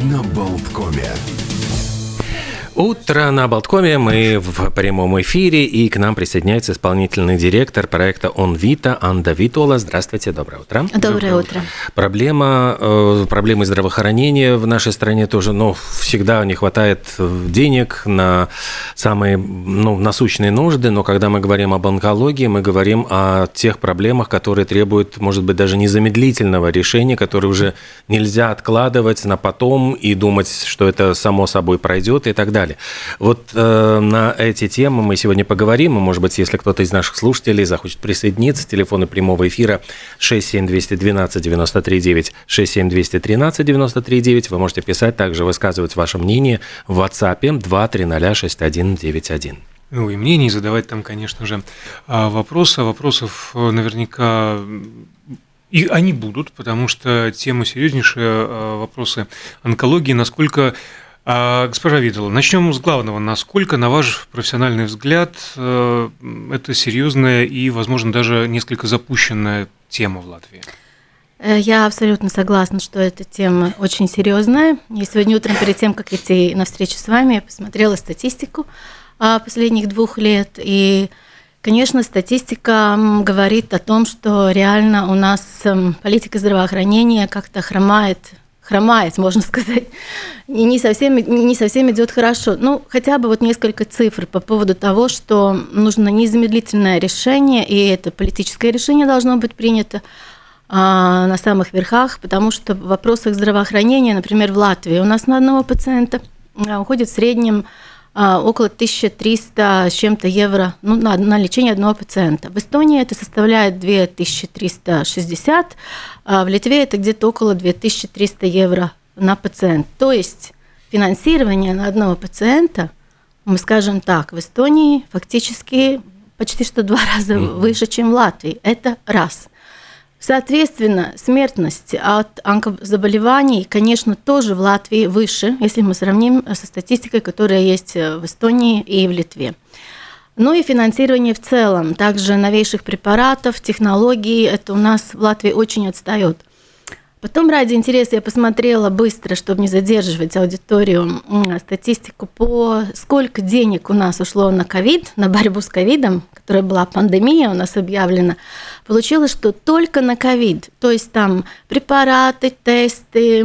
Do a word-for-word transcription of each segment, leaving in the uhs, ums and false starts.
на Болткоме. Утро на Болткоме, мы в прямом эфире, и к нам присоединяется исполнительный директор проекта «Онвита» Анда Витола. Здравствуйте, доброе утро. Доброе, доброе утро. Проблема, э, проблемы здравоохранения в нашей стране тоже, ну, всегда не хватает денег на самые, ну, насущные нужды, но когда мы говорим об онкологии, мы говорим о тех проблемах, которые требуют, может быть, даже незамедлительного решения, которые уже нельзя откладывать на потом и думать, что это само собой пройдет и так далее. Вот э, на эти темы мы сегодня поговорим, и, может быть, если кто-то из наших слушателей захочет присоединиться, телефоны прямого эфира шесть семь два один два девять три девять, шесть семь два один три девять три девять, вы можете писать, также высказывать ваше мнение в WhatsApp два три ноль шесть один девять один. Ну и мнений задавать там, конечно же, вопросы, вопросов наверняка... И они будут, потому что тема серьезнейшая, вопросы онкологии, насколько... А, госпожа Витола, начнем с главного. Насколько, на ваш профессиональный взгляд, это серьезная и, возможно, даже несколько запущенная тема в Латвии? Я абсолютно согласна, что эта тема очень серьезная. И сегодня утром, перед тем, как идти на встречу с вами, я посмотрела статистику последних двух лет. И, конечно, статистика говорит о том, что реально у нас политика здравоохранения как-то хромает, хромает, можно сказать, и не совсем, не совсем идет хорошо. Ну, хотя бы вот несколько цифр по поводу того, что нужно незамедлительное решение, и это политическое решение должно быть принято а, на самых верхах, потому что в вопросах здравоохранения, например, в Латвии у нас на одного пациента уходит в среднем а, около тысяча триста с чем-то евро ну, на, на лечение одного пациента. В Эстонии это составляет две тысячи триста шестьдесят, а в Литве это где-то около две тысячи триста евро на пациента. То есть финансирование на одного пациента, мы скажем так, в Эстонии фактически почти что два раза mm-hmm. выше, чем в Латвии. Это раз. Соответственно, смертность от онкозаболеваний, конечно, тоже в Латвии выше, если мы сравним со статистикой, которая есть в Эстонии и в Литве. Ну и финансирование в целом, также новейших препаратов, технологий, это у нас в Латвии очень отстает. Потом ради интереса я посмотрела быстро, чтобы не задерживать аудиторию, статистику по сколько денег у нас ушло на ковид, на борьбу с ковидом, которая была пандемия у нас объявлена. Получилось, что только на ковид, то есть там препараты, тесты,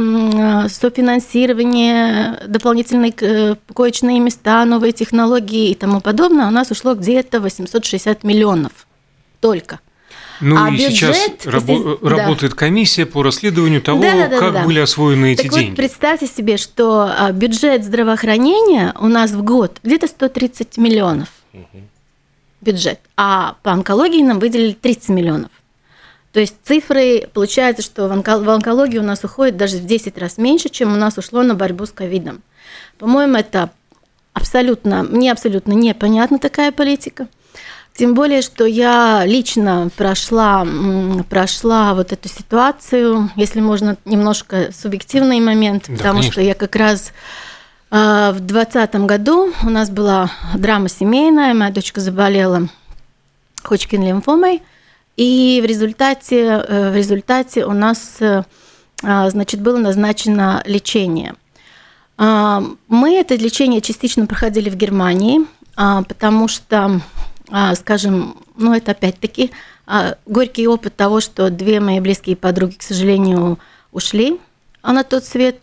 софинансирование, дополнительные коечные места, новые технологии и тому подобное, у нас ушло где-то восемьсот шестьдесят миллионов только. Ну а и бюджет, сейчас рабо- да. работает комиссия по расследованию того, да, да, да, как да. были освоены эти так деньги. Вот представьте себе, что бюджет здравоохранения у нас в год где-то сто тридцать миллионов угу. бюджет, а по онкологии нам выделили тридцать миллионов. То есть цифры, получается, что в, онко- в онкологии у нас уходит даже в десять раз меньше, чем у нас ушло на борьбу с ковидом. По-моему, это абсолютно, мне абсолютно непонятна такая политика. Тем более, что я лично прошла, прошла вот эту ситуацию, если можно, немножко субъективный момент, да, потому конечно. Что я как раз э, в двадцатом году у нас была драма семейная, моя дочка заболела Ходжкин-лимфомой, и в результате, э, в результате у нас э, значит, было назначено лечение. Э, мы это лечение частично проходили в Германии, э, потому что... Скажем, ну это опять-таки горький опыт того, что две мои близкие подруги, к сожалению, ушли на тот свет.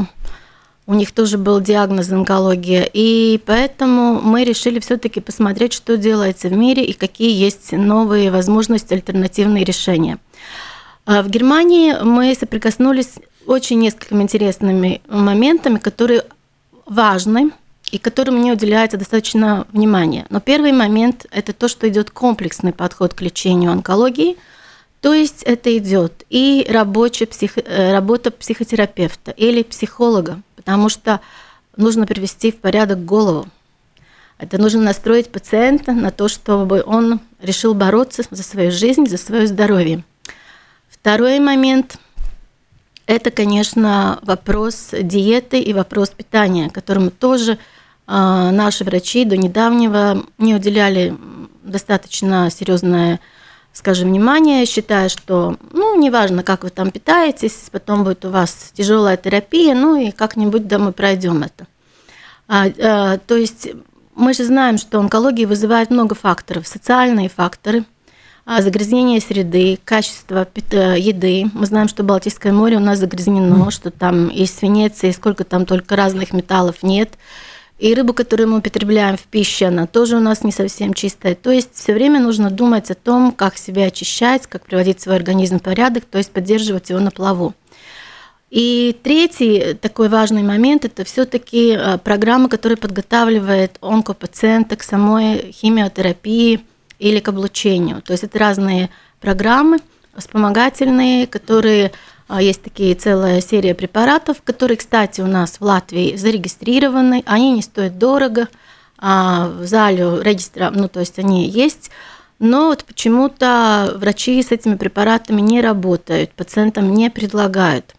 У них тоже был диагноз онкология, и поэтому мы решили все-таки посмотреть, что делается в мире и какие есть новые возможности, альтернативные решения. В Германии мы соприкоснулись с очень несколькими интересными моментами, которые важны и которым не уделяется достаточно внимания. Но первый момент – это то, что идет комплексный подход к лечению онкологии, то есть это идет и рабочая псих... работа психотерапевта или психолога, потому что нужно привести в порядок голову. Это нужно настроить пациента на то, чтобы он решил бороться за свою жизнь, за свое здоровье. Второй момент – это, конечно, вопрос диеты и вопрос питания, которому тоже наши врачи до недавнего не уделяли достаточно серьезное скажем, внимание, считая, что, ну, неважно, как вы там питаетесь, потом будет у вас тяжелая терапия, ну, и как-нибудь, да, мы пройдем это. А, а, то есть мы же знаем, что онкология вызывает много факторов, социальные факторы, загрязнение среды, качество еды. Мы знаем, что Балтийское море у нас загрязнено, что там и свинец, и сколько там только разных металлов нет. И рыбу, которую мы употребляем в пищу, она тоже у нас не совсем чистая. То есть все время нужно думать о том, как себя очищать, как приводить свой организм в порядок, то есть поддерживать его на плаву. И третий такой важный момент – это все-таки программа, которая подготавливает онкопациента к самой химиотерапии или к облучению. То есть это разные программы вспомогательные, которые… Есть такие целая серия препаратов, которые, кстати, у нас в Латвии зарегистрированы. Они не стоят дорого, а в зале регистра, ну, то есть они есть. Но вот почему-то врачи с этими препаратами не работают, пациентам не предлагают.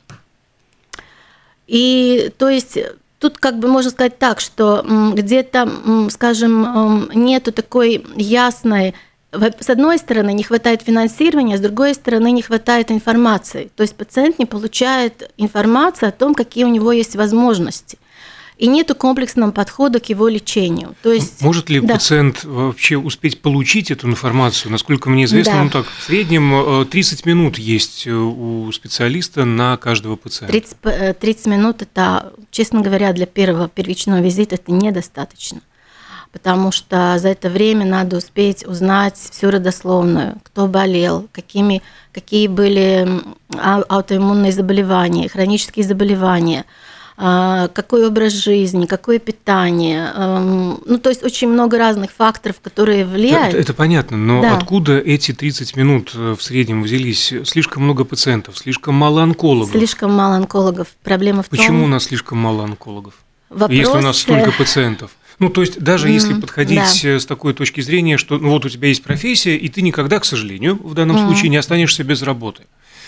И то есть тут как бы можно сказать так, что где-то, скажем, нету такой ясной, с одной стороны не хватает финансирования, с другой стороны не хватает информации. То есть пациент не получает информацию о том, какие у него есть возможности. И нету комплексного подхода к его лечению. То есть, может ли да. пациент вообще успеть получить эту информацию? Насколько мне известно, да. ну так, в среднем тридцать минут есть у специалиста на каждого пациента. тридцать, тридцать минут – это, честно говоря, для первого первичного визита это недостаточно. Потому что за это время надо успеть узнать всю родословную, кто болел, какими, какие были аутоиммунные заболевания, хронические заболевания, какой образ жизни, какое питание. Ну, то есть очень много разных факторов, которые влияют. Это, это понятно, но да. откуда эти тридцать минут в среднем взялись? Слишком много пациентов, слишком мало онкологов. Слишком мало онкологов. Проблема в том… Почему у нас слишком мало онкологов? Вопрос… Если у нас столько пациентов. Ну, то есть, даже mm, если подходить да. с такой точки зрения, что ну, вот у тебя есть профессия, и ты никогда, к сожалению, в данном mm. случае не останешься без работы.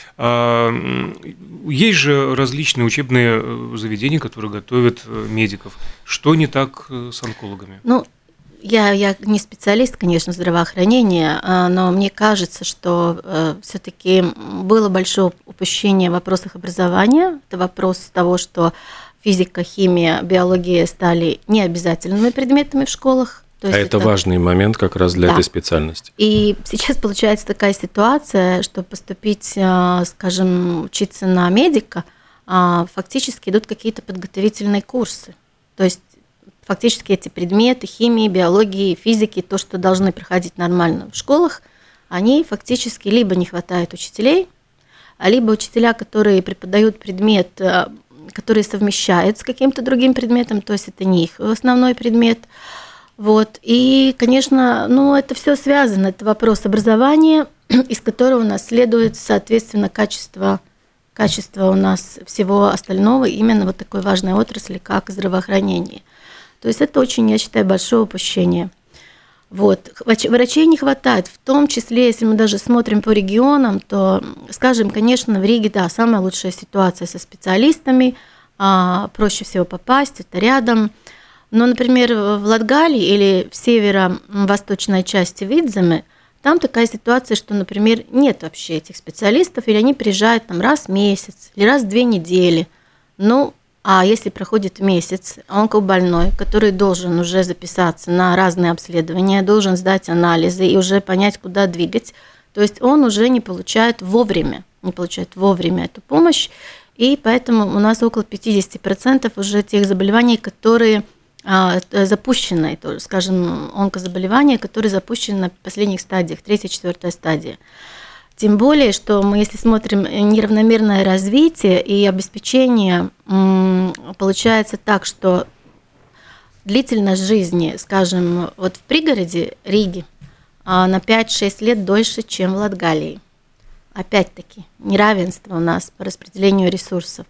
Есть же различные учебные заведения, которые готовят медиков. Что не так с онкологами? Ну, я, я не специалист, конечно, здравоохранения, но мне кажется, что все-таки было большое упущение в вопросах образования. Это вопрос того, что физика, химия, биология стали необязательными предметами в школах. То есть а это, это важный момент как раз для да. этой специальности. И сейчас получается такая ситуация, что поступить, скажем, учиться на медика, фактически идут какие-то подготовительные курсы. То есть фактически эти предметы химии, биологии, физики, то, что должны проходить нормально в школах, они фактически либо не хватает учителей, либо учителя, которые преподают предмет, который совмещают с каким-то другим предметом, то есть это не их основной предмет. Вот. И, конечно, ну, это все связано. Это вопрос образования, из которого у нас следует, соответственно, качество, качество у нас всего остального, именно вот такой важной отрасли, как здравоохранение. То есть это очень, я считаю, большое упущение. Вот. Врачей не хватает, в том числе, если мы даже смотрим по регионам, то, скажем, конечно, в Риге, да, самая лучшая ситуация со специалистами, проще всего попасть, это рядом. Но, например, в Латгалии или в северо-восточной части Видземе, там такая ситуация, что, например, нет вообще этих специалистов, или они приезжают там раз в месяц, или раз в две недели. Ну, а если проходит месяц, онкобольной, который должен уже записаться на разные обследования, должен сдать анализы и уже понять, куда двигать, то есть он уже не получает вовремя, не получает вовремя эту помощь, и поэтому у нас около пятьдесят процентов уже тех заболеваний, которые запущенные, скажем, онкозаболевания, которые запущены на последних стадиях, третья, четвертая стадия. Тем более, что мы, если смотрим неравномерное развитие и обеспечение, получается так, что длительность жизни, скажем, вот в пригороде Риги на пять-шесть лет дольше, чем в Латгалии. Опять-таки, неравенство у нас по распределению ресурсов.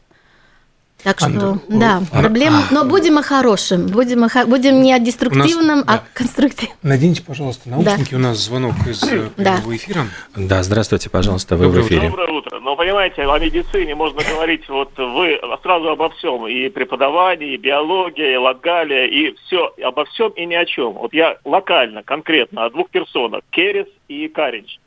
Так что, Андрей, да, а, проблема, а, но будем о хорошем, будем, о, будем не о деструктивном, нас, а да. конструктивном. Наденьте, пожалуйста, наушники, да. у нас звонок из прямого да. эфира. Да, здравствуйте, пожалуйста, вы Доброе в эфире. Доброе утро. Но, понимаете, о медицине можно говорить, вот вы сразу обо всем, и преподавании, и биология, и Латгалия, и все, обо всем и ни о чем. Вот я локально, конкретно, о двух персонах, Керес и Каринч.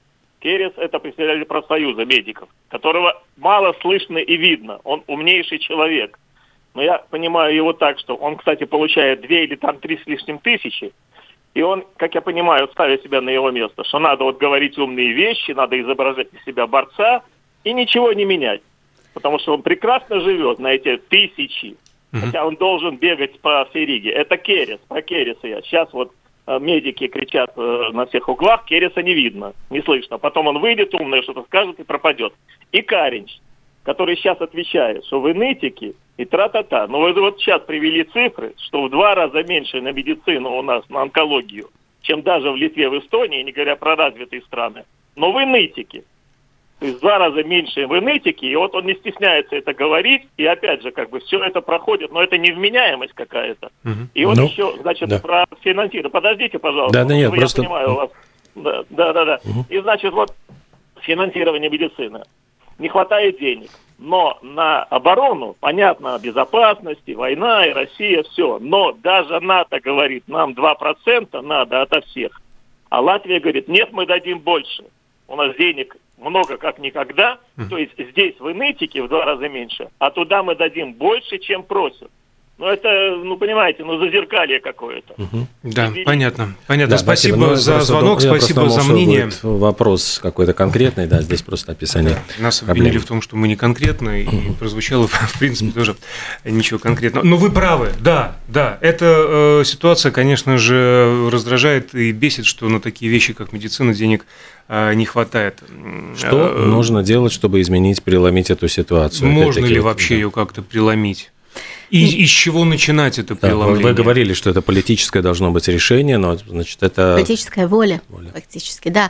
Керес – это представитель профсоюза медиков, которого мало слышно и видно. Он умнейший человек. Но я понимаю его так, что он, кстати, получает две или там три с лишним тысячи. И он, как я понимаю, ставя себя на его место, что надо вот говорить умные вещи, надо изображать из себя борца и ничего не менять. Потому что он прекрасно живет на эти тысячи. Mm-hmm. Хотя он должен бегать по всей Риге. Это Керес, про Кереса я. Сейчас вот медики кричат э, на всех углах, Кереса не видно, не слышно. Потом он выйдет умное, что-то скажет и пропадет. И Каринч, который сейчас отвечает, что вы нытики и тра-та-та. Но вы вот сейчас привели цифры, что в два раза меньше на медицину у нас, на онкологию, чем даже в Литве, в Эстонии, не говоря про развитые страны. Но вы нытики. То есть в два раза меньше вы нытики, и вот он не стесняется это говорить, и опять же, как бы все это проходит, но это невменяемость какая-то. Угу. И вот ну, еще, значит, да. про финансирование. Подождите, пожалуйста. Да, да, нет, я просто... понимаю у вас. Да, да, да. да. Угу. И, значит, вот финансирование медицины. Не хватает денег. Но на оборону, понятно, безопасности, война и Россия, все. Но даже НАТО говорит, нам два процента надо ото всех. А Латвия говорит, нет, мы дадим больше. У нас денег много как никогда, mm. то есть здесь вы нытики в два раза меньше, а туда мы дадим больше, чем просят. Ну, это, ну, понимаете, ну, зазеркалье какое-то. Угу. Да, Извините. понятно. Понятно. Да, спасибо, спасибо за звонок, дум... спасибо за мнение. Вопрос какой-то конкретный, да, здесь просто описание. Да, нас проблем. Обвинили в том, что мы не конкретные, и прозвучало, в принципе, тоже ничего конкретного. Но вы правы, да, да. Эта э, ситуация, конечно же, раздражает и бесит, что на такие вещи, как медицина, денег э, не хватает. Что э, нужно делать, чтобы изменить, переломить эту ситуацию? Можно ли вообще да. ее как-то преломить? И из чего начинать это преломление? Да, вы говорили, что это политическое должно быть решение, но, значит, это... Политическая воля, воля. фактически, да.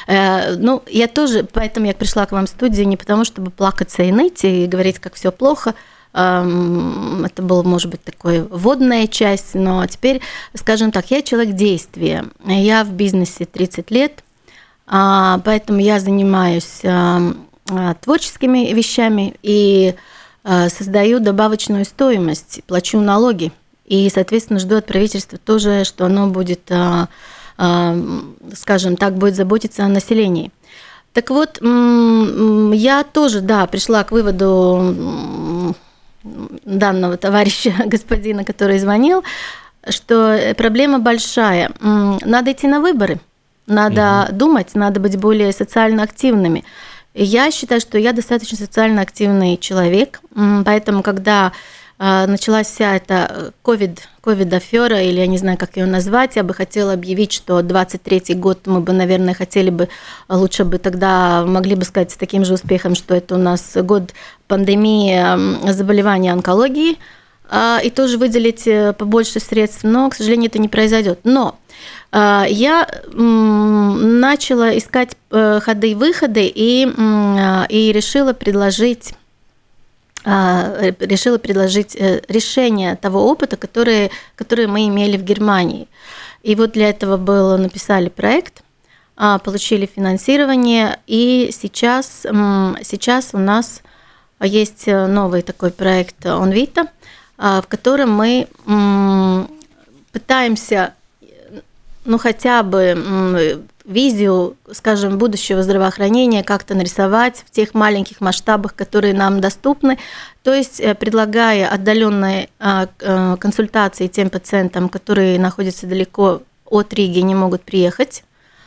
Э, ну, я тоже, поэтому я пришла к вам в студию не потому, чтобы плакаться и ныть, и говорить, как все плохо. Эм, это была, может быть, такая вводная часть, но теперь, скажем так, я человек действия. Я в бизнесе тридцать лет, поэтому я занимаюсь творческими вещами и создаю добавочную стоимость, плачу налоги и, соответственно, жду от правительства тоже, что оно будет, скажем так, будет заботиться о населении. Так вот, я тоже, да, пришла к выводу данного товарища, господина, который звонил, что проблема большая. Надо идти на выборы, надо угу. думать, надо быть более социально активными. Я считаю, что я достаточно социально активный человек, поэтому, когда началась вся эта ковид-афера, или я не знаю, как ее назвать, я бы хотела объявить, что двадцать третий год мы бы, наверное, хотели бы, лучше бы тогда могли бы сказать с таким же успехом, что это у нас год пандемии заболевания онкологии, и тоже выделить побольше средств, но, к сожалению, это не произойдет. Но я начала искать ходы и выходы и, и решила предложить, решила предложить решение того опыта, который, который мы имели в Германии. И вот для этого было, написали проект, получили финансирование, и сейчас, сейчас у нас есть новый такой проект OnVita, в котором мы пытаемся, ну, хотя бы визию, скажем, будущего здравоохранения как-то нарисовать в тех маленьких масштабах, которые нам доступны, то есть предлагая отдаленные консультации тем пациентам, которые находятся далеко от Риги, не могут приехать.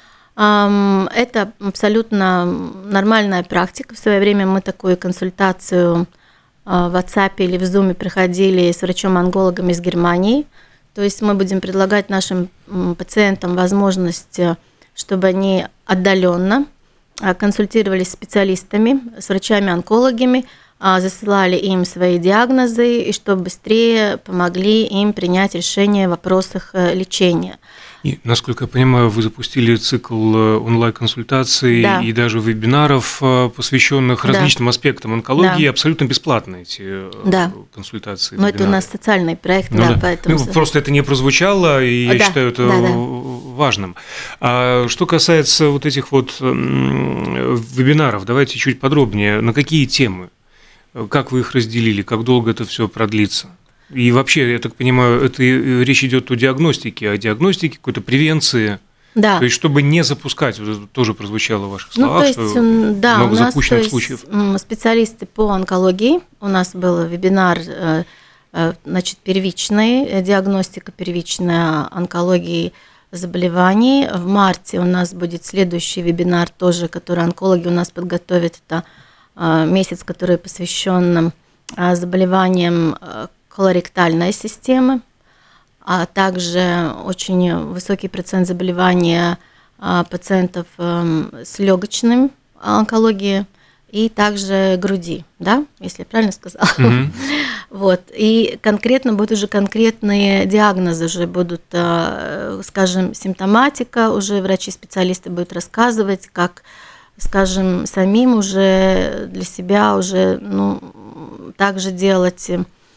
Это абсолютно нормальная практика. В свое время мы такую консультацию в WhatsApp или в Zoom проходили с врачом-онкологом из Германии. То есть мы будем предлагать нашим пациентам возможность, чтобы они отдаленно консультировались с специалистами, с врачами-онкологами, засылали им свои диагнозы, и чтобы быстрее помогли им принять решение в вопросах лечения. И, насколько я понимаю, вы запустили цикл онлайн-консультаций да. и даже вебинаров, посвященных да. различным аспектам онкологии, да. абсолютно бесплатно эти да. консультации. Но вебинары. Это у нас социальный проект, ну, да, да. поэтому... Ну, просто это не прозвучало, и да. я считаю это да, да. важным. А что касается вот этих вот вебинаров, давайте чуть подробнее. На какие темы? Как вы их разделили? Как долго это все продлится? И вообще, я так понимаю, это речь идет о диагностике, о диагностике, какой-то превенции. Да. То есть, чтобы не запускать, вот это тоже прозвучало в ваших словах, ну, то есть, что да, много у нас, запущенных то есть, случаев. Специалисты по онкологии, у нас был вебинар, значит, первичная диагностика, первичная онкологии заболеваний. В марте у нас будет следующий вебинар тоже, который онкологи у нас подготовят. Это месяц, который посвящен заболеваниям колоректальной системы, а также очень высокий процент заболевания пациентов с легочной онкологией и также груди, да, если я правильно сказала. Mm-hmm. Вот. И конкретно будут уже конкретные диагнозы, уже будут, скажем, симптоматика, уже врачи-специалисты будут рассказывать, как, скажем, самим уже для себя уже, ну, также делать,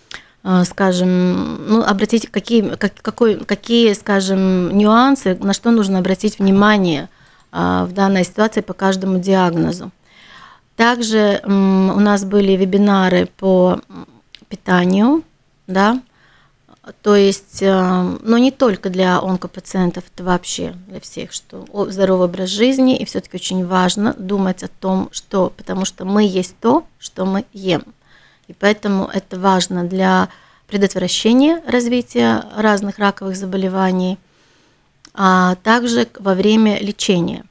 скажем, ну, обратить какие, как, какой, какие, скажем, нюансы, на что нужно обратить внимание в данной ситуации по каждому диагнозу. Также у нас были вебинары по питанию, да, то есть, но не только для онкопациентов, это вообще для всех, что здоровый образ жизни, и все-таки очень важно думать о том, что, потому что мы есть то, что мы ем. И поэтому это важно для предотвращения развития разных раковых заболеваний, а также во время лечения.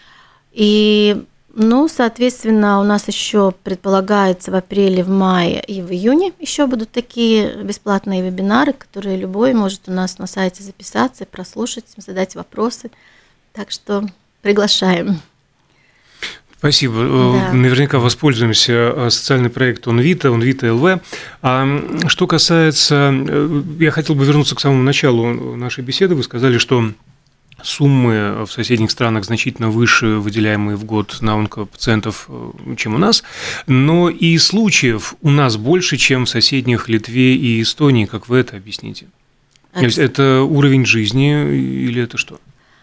И, ну, соответственно, у нас еще предполагается в апреле, в мае и в июне еще будут такие бесплатные вебинары, которые любой может у нас на сайте записаться, прослушать, задать вопросы. Так что приглашаем. Спасибо. Да. Наверняка воспользуемся социальный проект «Онвита», «Онвита ЛВ». А что касается... Я хотел бы вернуться к самому началу нашей беседы. Вы сказали, что суммы в соседних странах значительно выше, выделяемые в год на онкопациентов, чем у нас, но и случаев у нас больше, чем в соседних Литве и Эстонии. Как вы это объясните? То есть это уровень жизни или это что?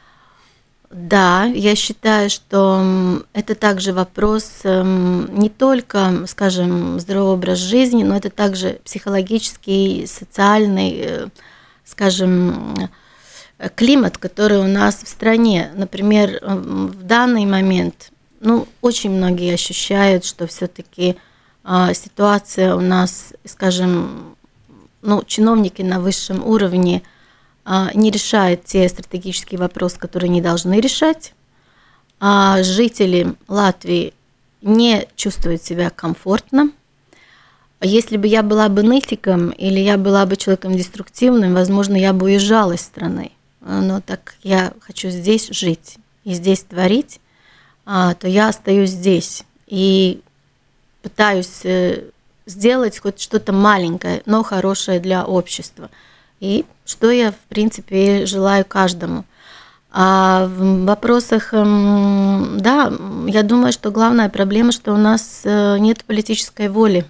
Да, я считаю, что это также вопрос не только, скажем, здоровый образ жизни, но это также психологический, социальный, скажем, климат, который у нас в стране. Например, в данный момент, ну, очень многие ощущают, что все-таки ситуация у нас, скажем, ну, чиновники на высшем уровне не решают те стратегические вопросы, которые они должны решать, а жители Латвии не чувствуют себя комфортно. Если бы я была бы нытиком или я была бы человеком деструктивным, возможно, я бы уезжала из страны. Но так как я хочу здесь жить и здесь творить, то я остаюсь здесь и пытаюсь сделать хоть что-то маленькое, но хорошее для общества. И что я, в принципе, желаю каждому. А в вопросах, да, я думаю, что главная проблема, что у нас нет политической воли.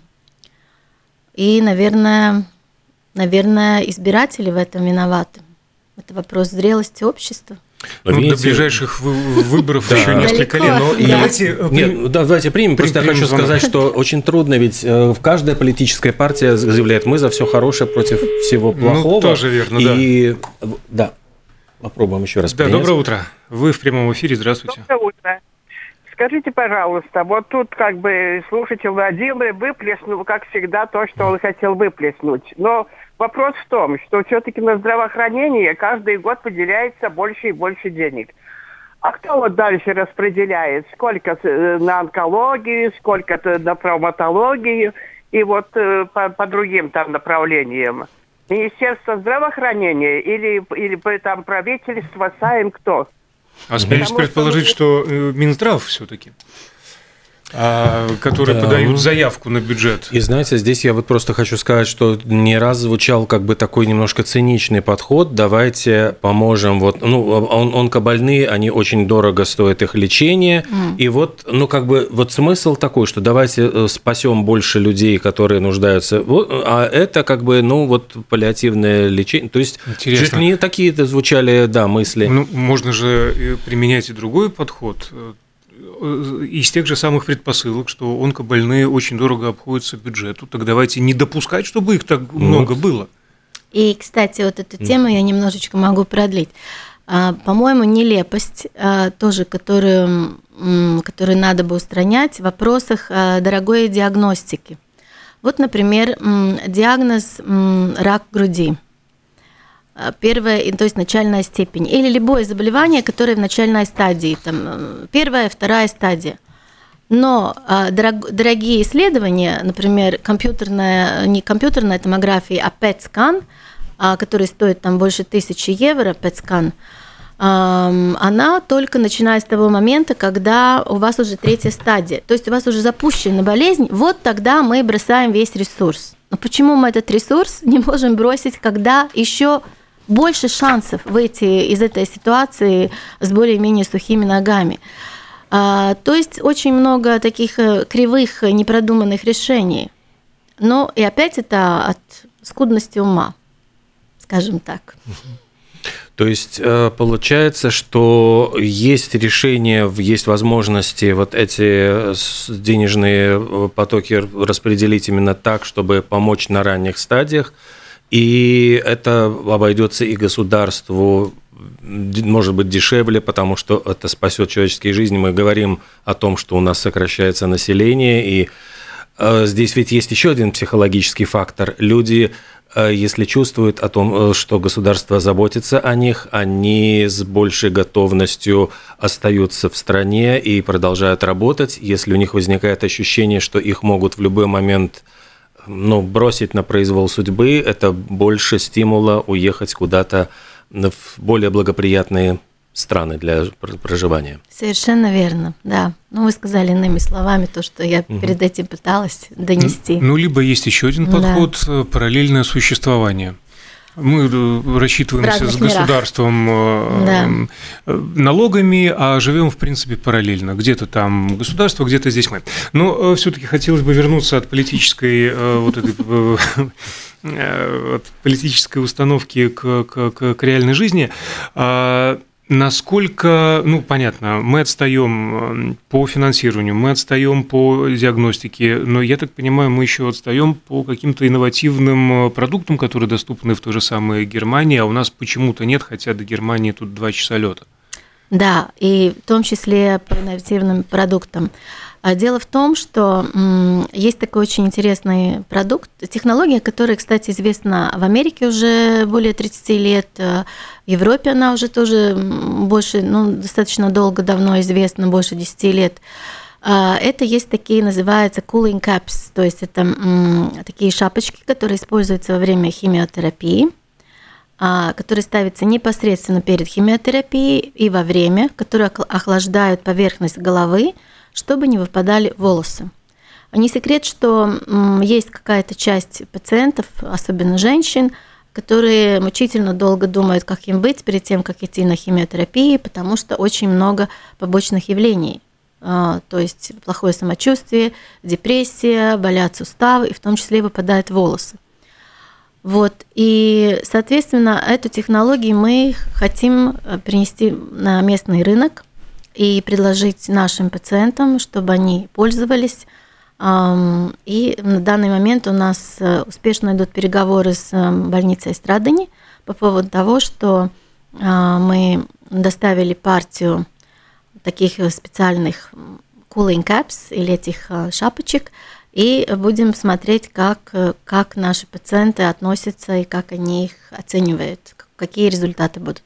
И, наверное, наверное, избиратели в этом виноваты. Это вопрос зрелости общества. Ну, видите, до ближайших выборов еще несколько лет. Но да. Давайте, Нет, давайте примем. Просто я хочу сказать, что очень трудно, ведь каждая политическая партия заявляет, мы за все хорошее против всего плохого. Ну, тоже верно, и, да. Да, попробуем еще раз. Да, принять. Доброе утро. Вы в прямом эфире, здравствуйте. Доброе утро. Скажите, пожалуйста, вот тут как бы слушатель Владимир выплеснул, как всегда, то, что он хотел выплеснуть. Но вопрос в том, что все-таки на здравоохранение каждый год выделяется больше и больше денег. А кто вот дальше распределяет? Сколько на онкологию, сколько на травматологию и вот по, по другим там направлениям? Министерство здравоохранения или, или там правительство, САИМ, кто? А смеюсь предположить, что, что Минздрав все-таки, которые да. подают заявку на бюджет. И знаете, здесь я вот просто хочу сказать, что не раз звучал как бы такой немножко циничный подход. Давайте поможем. Вот, ну, он, онкобольные, они очень дорого стоят их лечение. Mm. И вот, ну, как бы, вот смысл такой, что давайте спасем больше людей, которые нуждаются. Вот, а это как бы, ну, вот паллиативное лечение. То есть, интересно. Чуть не такие-то звучали, да, мысли. Ну, можно же применять и другой подход. Из тех же самых предпосылок, что онкобольные очень дорого обходятся бюджету, так давайте не допускать, чтобы их так много было. И, кстати, вот эту тему я немножечко могу продлить. по-моему, нелепость, тоже, которую, которую надо бы устранять в вопросах дорогой диагностики. Вот, например, диагноз рак груди. Первая, то есть начальная степень. Или любое заболевание, которое в начальной стадии. Там, первая, вторая стадия. Но дорог, дорогие исследования, например, компьютерная, не компьютерная томография, а пэт-скан, который стоит там больше тысячи евро, пэт-скан, она только начиная с того момента, когда у вас уже третья стадия. То есть у вас уже запущена болезнь, вот тогда мы бросаем весь ресурс. Но почему мы этот ресурс не можем бросить, когда еще больше шансов выйти из этой ситуации с более-менее сухими ногами? То есть очень много таких кривых, непродуманных решений. Но и опять это от скудности ума, скажем так. То есть получается, что есть решение, есть возможности вот эти денежные потоки распределить именно так, чтобы помочь на ранних стадиях, и это обойдется и государству, может быть, дешевле, потому что это спасет человеческие жизни. Мы говорим о том, что у нас сокращается население, и здесь ведь есть еще один психологический фактор. Люди, если чувствуют о том, что государство заботится о них, они с большей готовностью остаются в стране и продолжают работать. Если у них возникает ощущение, что их могут в любой момент, ну, бросить на произвол судьбы, это больше стимула уехать куда-то в более благоприятные страны для проживания. Совершенно верно, да. Ну, вы сказали иными словами то, что я угу. перед этим пыталась донести. Ну, либо есть еще один подход, да. параллельное существование. Мы рассчитываемся с государством да. налогами, а живем, в принципе, параллельно. Где-то там государство, где-то здесь мы. Но все-таки хотелось бы вернуться от политической вот этой от политической установки к, к, к реальной жизни. Насколько, ну, понятно, мы отстаем по финансированию, мы отстаем по диагностике, но, я так понимаю, мы еще отстаем по каким-то инновативным продуктам, которые доступны в той же самой Германии, а у нас почему-то нет, хотя до Германии тут два часа лета. Да, и в том числе по инновативным продуктам. Дело в том, что есть такой очень интересный продукт, технология, которая, кстати, известна в Америке уже более тридцати лет, в Европе она уже тоже больше, ну, достаточно долго, давно известна, больше десяти лет. Это есть такие, называются cooling caps, то есть это такие шапочки, которые используются во время химиотерапии, которые ставятся непосредственно перед химиотерапией и во время, которые охлаждают поверхность головы, чтобы не выпадали волосы. Не секрет, что есть какая-то часть пациентов, особенно женщин, которые мучительно долго думают, как им быть перед тем, как идти на химиотерапию, потому что очень много побочных явлений. То есть плохое самочувствие, депрессия, болят суставы, и в том числе выпадают волосы. Вот. И, соответственно, эту технологию мы хотим принести на местный рынок и предложить нашим пациентам, чтобы они пользовались. И на данный момент у нас успешно идут переговоры с больницей Страдани по поводу того, что мы доставили партию таких специальных cooling caps или этих шапочек, и будем смотреть, как, как наши пациенты относятся и как они их оценивают, какие результаты будут.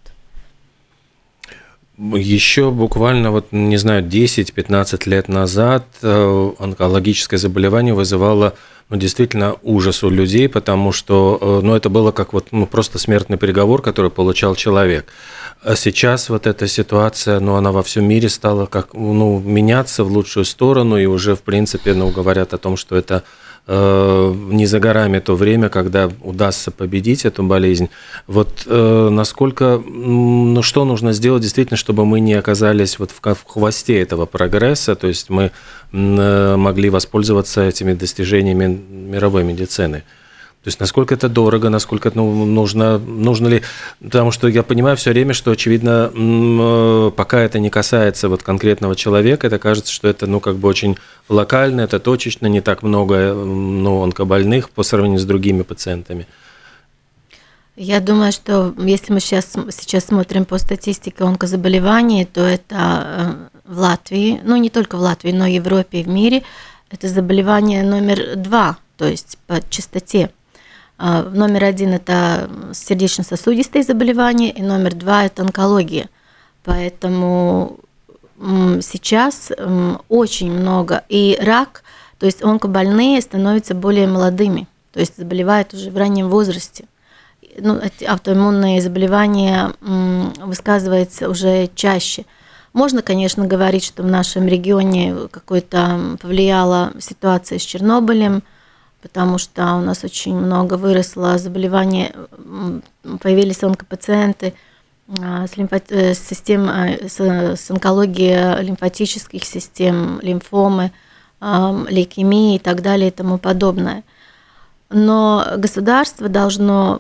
Еще буквально, вот, не знаю, десять-пятнадцать лет назад онкологическое заболевание вызывало, ну, действительно ужас у людей, потому что, ну, это было как вот, ну, просто смертный приговор, который получал человек. А сейчас вот эта ситуация, ну, она во всем мире стала как, ну, меняться в лучшую сторону, и уже, в принципе, ну, говорят о том, что это э, не за горами то время, когда удастся победить эту болезнь. Вот э, насколько, ну, что нужно сделать действительно, чтобы мы не оказались вот в, в хвосте этого прогресса, то есть мы э, могли воспользоваться этими достижениями мировой медицины? То есть насколько это дорого, насколько это, ну, нужно, нужно ли, потому что я понимаю все время, что, очевидно, пока это не касается вот конкретного человека, это кажется, что это, ну, как бы очень локально, это точечно, не так много, ну, онкобольных по сравнению с другими пациентами. Я думаю, что если мы сейчас, сейчас смотрим по статистике онкозаболеваний, то это в Латвии, ну не только в Латвии, но и в Европе и в мире, это заболевание номер два, то есть по частоте. Номер один – это сердечно-сосудистые заболевания, и номер два – это онкология. Поэтому сейчас очень много. И рак, то есть онкобольные становятся более молодыми, то есть заболевают уже в раннем возрасте. Ну, автоиммунные заболевания высказываются уже чаще. Можно, конечно, говорить, что в нашем регионе какой-то повлияла ситуация с Чернобылем, потому что у нас очень много выросло заболеваний, появились онкопациенты с, лимфо... с, систем... с... с онкологией лимфатических систем, лимфомы, лейкемии и так далее и тому подобное. Но государство должно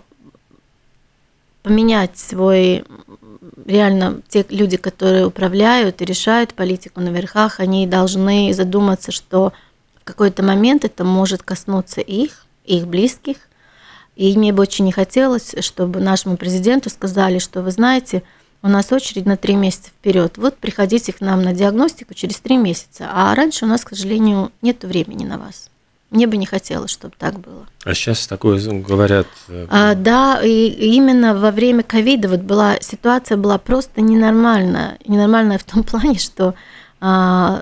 поменять свой, реально, те люди, которые управляют и решают политику на верхах, они должны задуматься, что в какой-то момент это может коснуться их, их близких. И мне бы очень не хотелось, чтобы нашему президенту сказали, что вы знаете, у нас очередь на три месяца вперед. Вот приходите к нам на диагностику через три месяца. А раньше у нас, к сожалению, нет времени на вас. Мне бы не хотелось, чтобы так было. А сейчас такое говорят? А, да, и именно во время ковида вот была ситуация была просто ненормальная. Ненормальная в том плане, что а,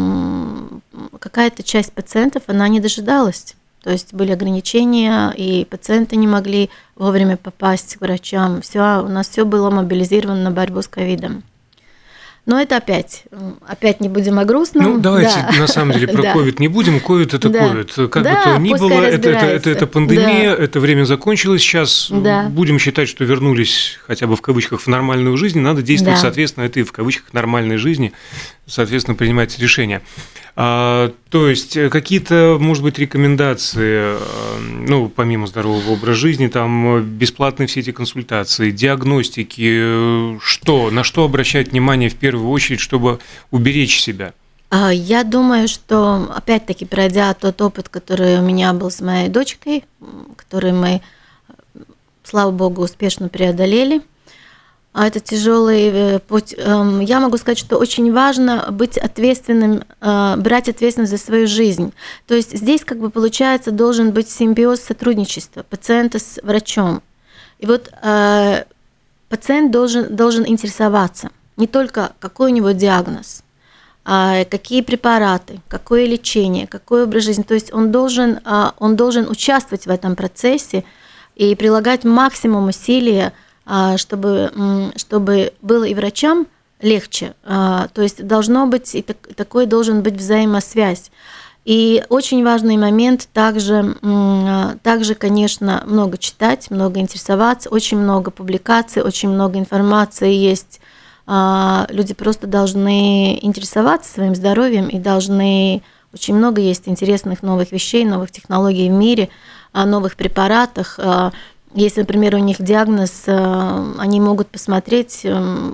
какая-то часть пациентов, она не дожидалась. То есть были ограничения, и пациенты не могли вовремя попасть к врачам. Все, у нас все было мобилизировано на борьбу с ковидом. Но это опять, опять не будем о грустном. Ну, давайте да. на самом деле про ковид не будем. Ковид – это ковид. Как да, бы то ни было, это, это, это, это пандемия, да. Это время закончилось. Сейчас да. будем считать, что вернулись хотя бы в кавычках в нормальную жизнь. Надо действовать, да. соответственно, этой в кавычках нормальной жизни, соответственно, принимать решения. А, то есть какие-то, может быть, рекомендации, ну, помимо здорового образа жизни, там бесплатные все эти консультации, диагностики, что, на что обращать внимание в первую очередь, чтобы уберечь себя? Я думаю, что, опять-таки, пройдя тот опыт, который у меня был с моей дочкой, который мы, слава богу, успешно преодолели, это тяжелый путь. Я могу сказать, что очень важно быть ответственным, брать ответственность за свою жизнь. То есть здесь, как бы получается, должен быть симбиоз сотрудничества пациента с врачом. И вот пациент должен, должен интересоваться не только, какой у него диагноз, а какие препараты, какое лечение, какой образ жизни. То есть он должен, он должен участвовать в этом процессе и прилагать максимум усилия, чтобы, чтобы было и врачам легче. То есть должно быть, и такой должен быть взаимосвязь. И очень важный момент также, также, конечно, много читать, много интересоваться, очень много публикаций, очень много информации есть. Люди просто должны интересоваться своим здоровьем и должны... Очень много есть интересных новых вещей, новых технологий в мире, новых препаратах. Если, например, у них диагноз, они могут посмотреть,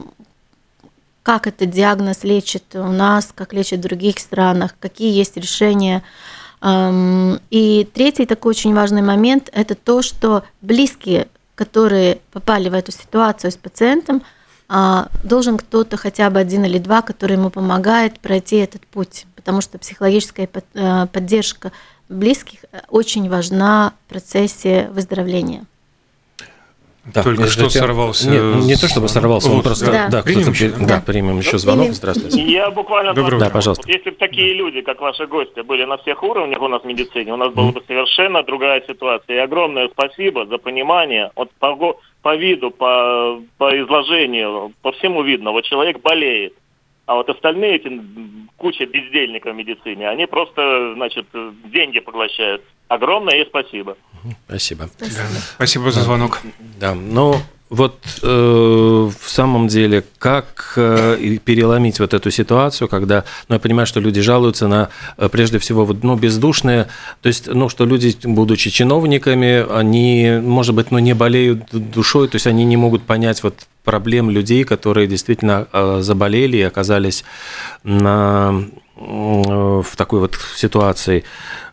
как этот диагноз лечит у нас, как лечит в других странах, какие есть решения. И третий такой очень важный момент – это то, что близкие, которые попали в эту ситуацию с пациентом, должен кто-то, хотя бы один или два, который ему помогает пройти этот путь, потому что психологическая поддержка близких очень важна в процессе выздоровления. Да, Только что тем... сорвался. Не, не то чтобы сорвался, он вот, просто. Да, да, примем, еще, да, да, примем еще звонок. Здравствуйте. Я буквально. Доброе утро. Да, пожалуйста. Если бы такие люди, как ваши гости, были на всех уровнях у нас в медицине, у нас была бы совершенно другая ситуация. И огромное спасибо за понимание. Вот по, по виду, по, по изложению, по всему видно. Вот человек болеет. А вот остальные эти куча бездельников в медицине, они просто, значит, деньги поглощают. Огромное ей спасибо. Спасибо. Спасибо, да. Спасибо за звонок. Да, но вот э, в самом деле, как э, переломить вот эту ситуацию, когда, ну, я понимаю, что люди жалуются на, прежде всего, вот, ну, бездушные, то есть, ну, что люди, будучи чиновниками, они, может быть, ну, не болеют душой, то есть они не могут понять вот проблем людей, которые действительно э, заболели и оказались на, э, в такой вот ситуации.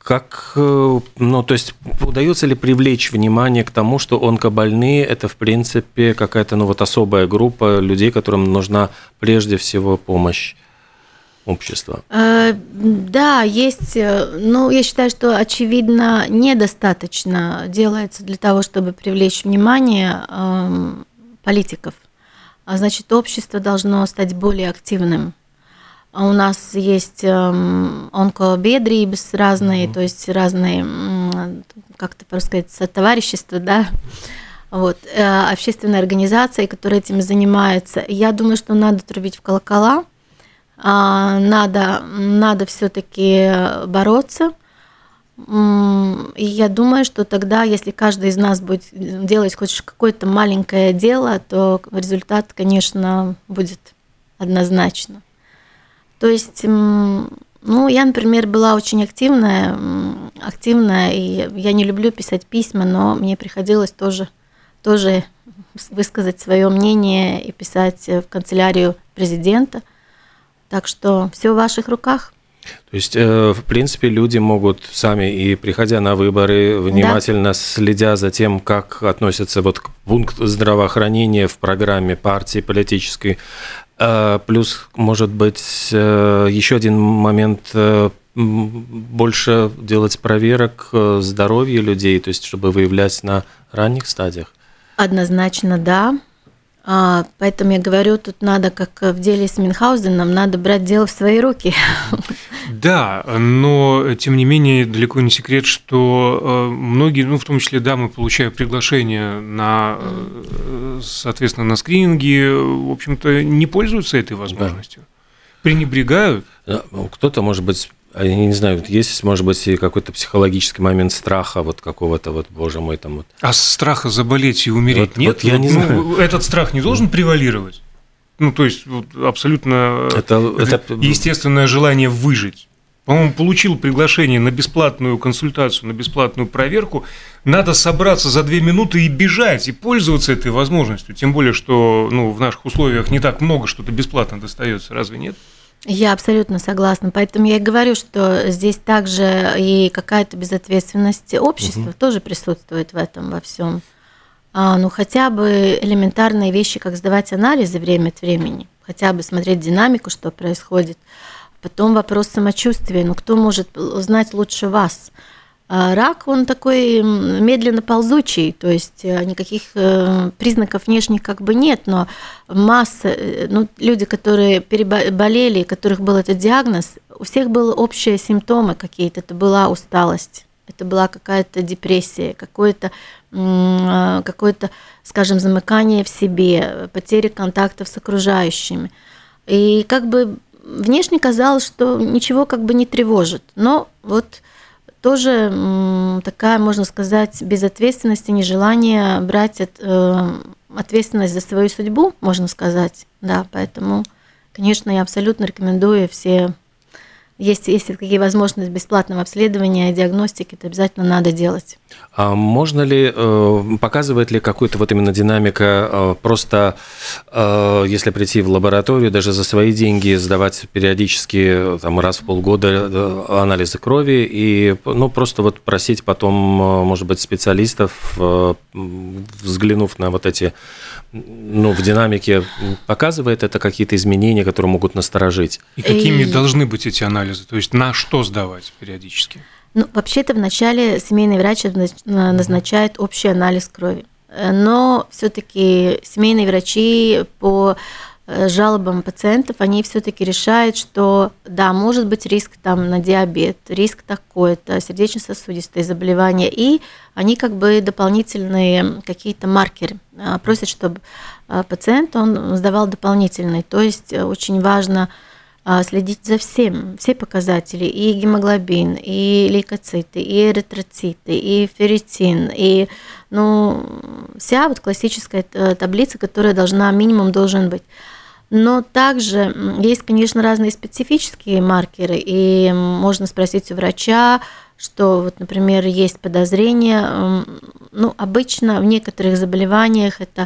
как, ну, то есть удается ли привлечь внимание к тому, что онкобольные – это, в принципе, какая-то, ну, вот особая группа людей, которым нужна прежде всего помощь общества? Да, есть, ну, я считаю, что, очевидно, недостаточно делается для того, чтобы привлечь внимание политиков. А значит, общество должно стать более активным. У нас есть онкобедрības разные, mm-hmm. то есть разные, как-то просто сказать, товарищества, да, вот, общественные организации, которые этим занимаются. Я думаю, что надо трубить в колокола, надо, надо все-таки бороться. И я думаю, что тогда, если каждый из нас будет делать хоть какое-то маленькое дело, то результат, конечно, будет однозначно. То есть, ну, я, например, была очень активная, активная, и я не люблю писать письма, но мне приходилось тоже, тоже высказать свое мнение и писать в канцелярию президента. Так что все в ваших руках. То есть, в принципе, люди могут сами, и приходя на выборы, внимательно да. следя за тем, как относятся вот к пункту здравоохранения в программе партии политической. Плюс, может быть, еще один момент, больше делать проверок здоровья людей, то есть, чтобы выявлять на ранних стадиях. Однозначно, да. Поэтому я говорю, тут надо, как в деле с Мюнхгаузеном, надо брать дело в свои руки. Да, но, тем не менее, далеко не секрет, что многие, ну, в том числе дамы, получая приглашение на, соответственно, на скрининги, в общем-то, не пользуются этой возможностью. Да. Пренебрегают. Кто-то, может быть, я не знаю, есть, может быть, и какой-то психологический момент страха, вот какого-то, вот, боже мой, там вот. А страха заболеть и умереть вот, нет? Вот я не ну, знаю. Этот страх не должен превалировать? Ну, то есть, вот, абсолютно это, это... естественное желание выжить. По-моему, получил приглашение на бесплатную консультацию, на бесплатную проверку. Надо собраться за две минуты и бежать, и пользоваться этой возможностью. Тем более, что, ну, в наших условиях не так много что-то бесплатно достается, разве нет? Я абсолютно согласна. Поэтому я и говорю, что здесь также и какая-то безответственность общества угу. тоже присутствует в этом во всем. А, ну, хотя бы элементарные вещи, как сдавать анализы время от времени, хотя бы смотреть динамику, что происходит. Потом вопрос самочувствия. Ну, кто может узнать лучше вас? Рак, он такой медленно ползучий, то есть никаких признаков внешних как бы нет, но масса, ну, люди, которые переболели, у которых был этот диагноз, у всех были общие симптомы какие-то, это была усталость, это была какая-то депрессия, какое-то, какое-то, скажем, замыкание в себе, потеря контактов с окружающими. И как бы внешне казалось, что ничего как бы не тревожит, но вот тоже такая, можно сказать, безответственность и нежелание брать ответственность за свою судьбу, можно сказать. Да, поэтому, конечно, я абсолютно рекомендую все, если есть какие возможности бесплатного обследования и диагностики, то обязательно надо делать. А можно ли, показывает ли какую-то вот именно динамика, просто если прийти в лабораторию, даже за свои деньги сдавать периодически, там, раз в полгода анализы крови и, ну, просто вот просить потом, может быть, специалистов, взглянув на вот эти, ну, в динамике, показывает это какие-то изменения, которые могут насторожить? И какими и... должны быть эти анализы? То есть на что сдавать периодически? Ну, вообще-то вначале семейный врач назначает общий анализ крови. Но все-таки семейные врачи по жалобам пациентов, они все-таки решают, что да, может быть риск там на диабет, риск такой-то, сердечно-сосудистые заболевания, и они как бы дополнительные какие-то маркеры просят, чтобы пациент он сдавал дополнительные. То есть очень важно следить за всем, все показатели, и гемоглобин, и лейкоциты, и эритроциты, и ферритин, и, ну, вся вот классическая таблица, которая должна, минимум должен быть. Но также есть, конечно, разные специфические маркеры, и можно спросить у врача, что, вот, например, есть подозрение, ну, обычно в некоторых заболеваниях это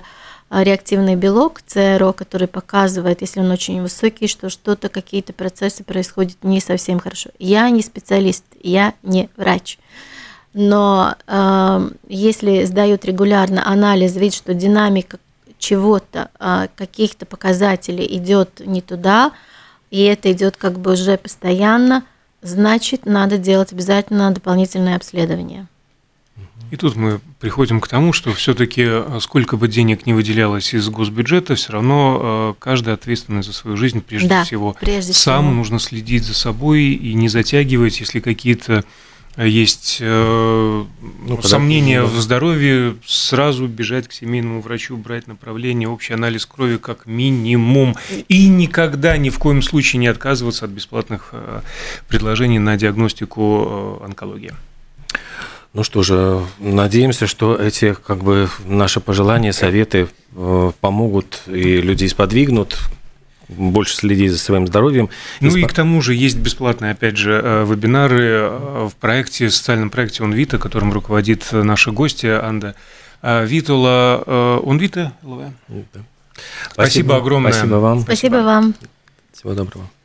реактивный белок ЦРО, который показывает, если он очень высокий, что что-то, какие-то процессы происходят не совсем хорошо. Я не специалист, я не врач. Но э, если сдают регулярно анализ, видит, что динамика чего-то, э, каких-то показателей идет не туда, и это идет как бы уже постоянно, значит, надо делать обязательно дополнительное обследование. И тут мы приходим к тому, что все-таки сколько бы денег ни выделялось из госбюджета, все равно каждый ответственный за свою жизнь прежде да, всего. Прежде Сам всего. нужно следить за собой и не затягивать, если какие-то есть э, ну, сомнения в здоровье, сразу бежать к семейному врачу, брать направление, общий анализ крови как минимум. И никогда ни в коем случае не отказываться от бесплатных э, предложений на диагностику э, онкологии. Ну что же, надеемся, что эти как бы наши пожелания, советы э, помогут и людей сподвигнут больше следить за своим здоровьем. Ну и, и к тому же есть бесплатные, опять же, вебинары в проекте, в социальном проекте «Онвита», которым руководит наша гостья Анда Витула. «Онвита», Луэ? Да. Спасибо, Спасибо огромное. Спасибо вам. Спасибо вам. Всего доброго.